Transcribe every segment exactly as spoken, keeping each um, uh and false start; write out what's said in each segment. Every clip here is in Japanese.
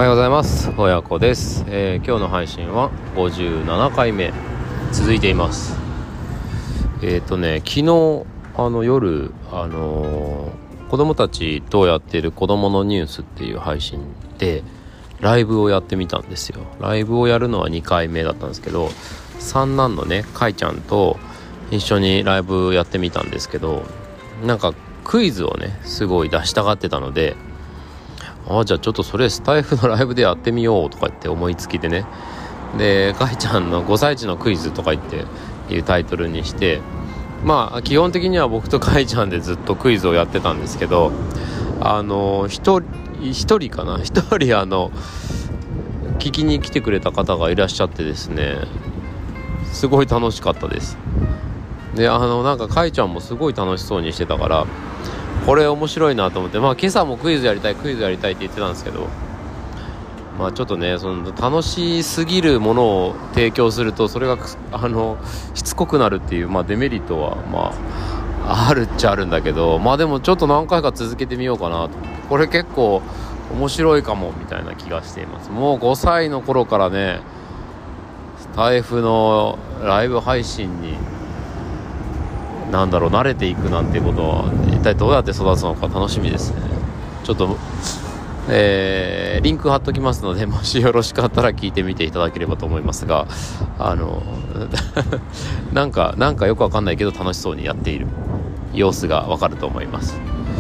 おはようございます。親子です、えー、今日の配信はごじゅうななかいめ続いています。えっ、ー、とね昨日あの夜あのー、子供たちとやっている子供のニュースっていう配信でライブをやってみたんですよ。ライブをやるのはにかいめだったんですけど、三男のねかいちゃんと一緒にライブやってみたんですけど、なんかクイズをねすごい出したがってたので、あじゃあちょっとそれスタイフのライブでやってみようとか言って思いつきでね、でかいちゃんのごさい児のクイズとか言っていうタイトルにして、まあ基本的には僕とかいちゃんでずっとクイズをやってたんですけど、あの一人一人かな一人あの聞きに来てくれた方がいらっしゃってですね、すごい楽しかったです。であのなんかかいちゃんもすごい楽しそうにしてたから、これ面白いなと思って、まあ今朝もクイズやりたいクイズやりたいって言ってたんですけど、まあちょっとねその楽しすぎるものを提供するとそれがあのしつこくなるっていう、まあ、デメリットはまああるっちゃあるんだけど、まあでもちょっと何回か続けてみようかなと。これ結構面白いかもみたいな気がしています。もうごさいの頃からねスタイフのライブ配信になんだろう慣れていくなんてことは一体どうやって育つのか楽しみですね。ちょっと、えー、リンク貼っときますので、もしよろしかったら聞いてみていただければと思いますが、あのなんかなんかよくわかんないけど楽しそうにやっている様子がわかると思います。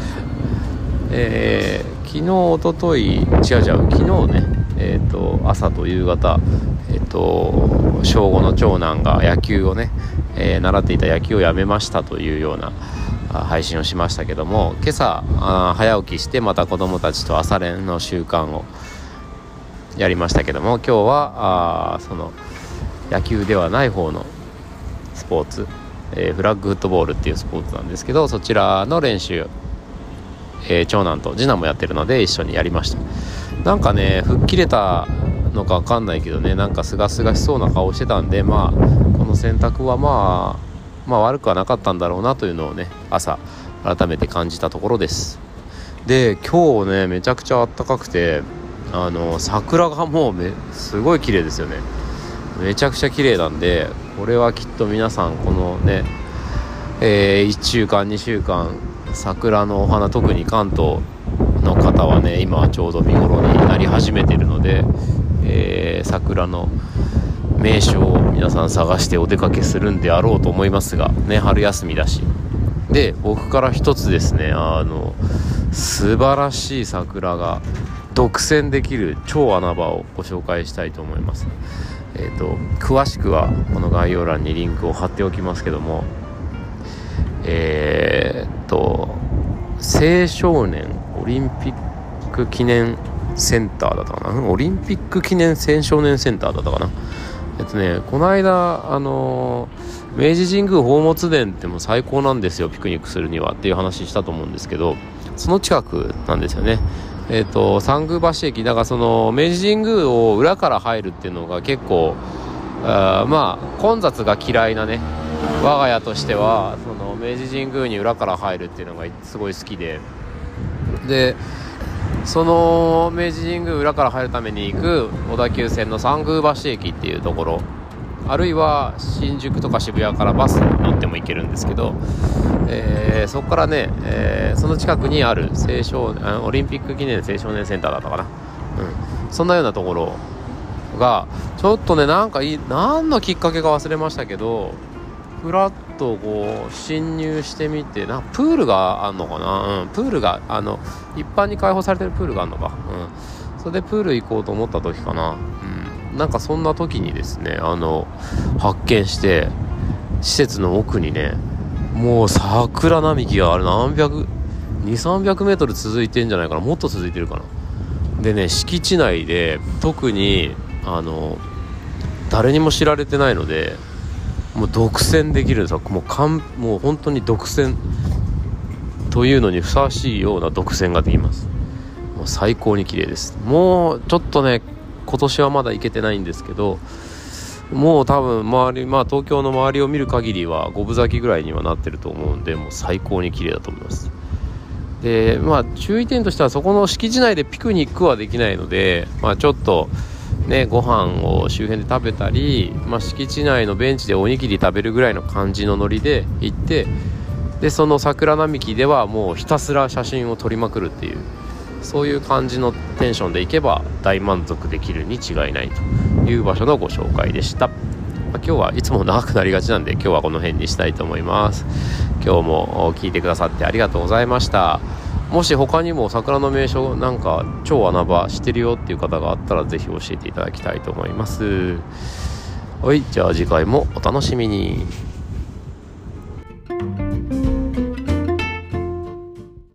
えー、昨日おととい違う違う昨日ね、えー、と朝と夕方、えー、と小ごの長男が野球をね、えー、習っていた野球をやめましたというような配信をしましたけども、今朝あ早起きしてまた子どもたちと朝練の習慣をやりましたけども、今日はあその野球ではない方のスポーツ、えー、フラッグフットボールっていうスポーツなんですけど、そちらの練習、えー、長男と次男もやってるので一緒にやりました。なんかね吹っ切れたのか分かんないけどね、なんかすがすがしそうな顔してたんで、まあこの選択はまあまあ悪くはなかったんだろうなというのをね朝改めて感じたところです。で今日ねめちゃくちゃ暖かくて、あの桜がもうめすごい綺麗ですよね。めちゃくちゃ綺麗なんで、これはきっと皆さんこのね、えー、いっしゅうかんにしゅうかん桜のお花、特に関東の方はね今はちょうど見頃になり始めているので、えー、桜の名所を皆さん探してお出かけするんであろうと思いますがね、春休みだし。で僕から一つですね、あの素晴らしい桜が独占できる超穴場をご紹介したいと思います。えーと詳しくはこの概要欄にリンクを貼っておきますけども、えーと青少年オリンピック記念センターだったかな、オリンピック記念青少年センターだったかな。えっとねこの間あのー、明治神宮宝物殿っても最高なんですよ、ピクニックするにはっていう話したと思うんですけど、その近くなんですよね。えっと三宮橋駅だから、その明治神宮を裏から入るっていうのが結構あまあ混雑が嫌いなね我が家としては、その明治神宮に裏から入るっていうのがすごい好きで、でその明治神宮裏から入るために行く小田急線の三宮橋駅っていうところ、あるいは新宿とか渋谷からバスに乗っても行けるんですけど、えー、そこからね、えー、その近くにある青少オリンピック記念青少年センターだったかな、うん、そんなようなところがちょっとねなんかいい何のきっかけか忘れましたけど、ふらっとこう侵入してみて、なんかプールがあんのかな、うん、プールがあの一般に開放されてるプールがあんのか、うん、それでプール行こうと思った時かな、うん、なんかそんな時にですねあの発見して、施設の奥にねもう桜並木がある何百にせんさんびゃくメートル続いてんじゃないかな、もっと続いてるかな。でね敷地内で特にあの誰にも知られてないのでもう独占できるんですよ。もうかんもう本当に独占というのにふさわしいような独占ができます。もう最高に綺麗です。もうちょっとね今年はまだ行けてないんですけど、もう多分周り、まあ東京の周りを見る限りは五分咲きぐらいにはなってると思うんで、もう最高に綺麗だと思います。 でまあ注意点としては、そこの敷地内でピクニックはできないので、まあ、ちょっとねご飯を周辺で食べたり、まあ、敷地内のベンチでおにぎり食べるぐらいの感じのノリで行って、でその桜並木ではもうひたすら写真を撮りまくるっていう、そういう感じのテンションで行けば大満足できるに違いないという場所のご紹介でした。まあ、今日はいつも長くなりがちなんで、今日はこの辺にしたいと思います。今日も聞いてくださってありがとうございました。もし他にも桜の名所なんか超穴場知ってるよっていう方があったら、ぜひ教えていただきたいと思います。はい、じゃあ次回もお楽しみに。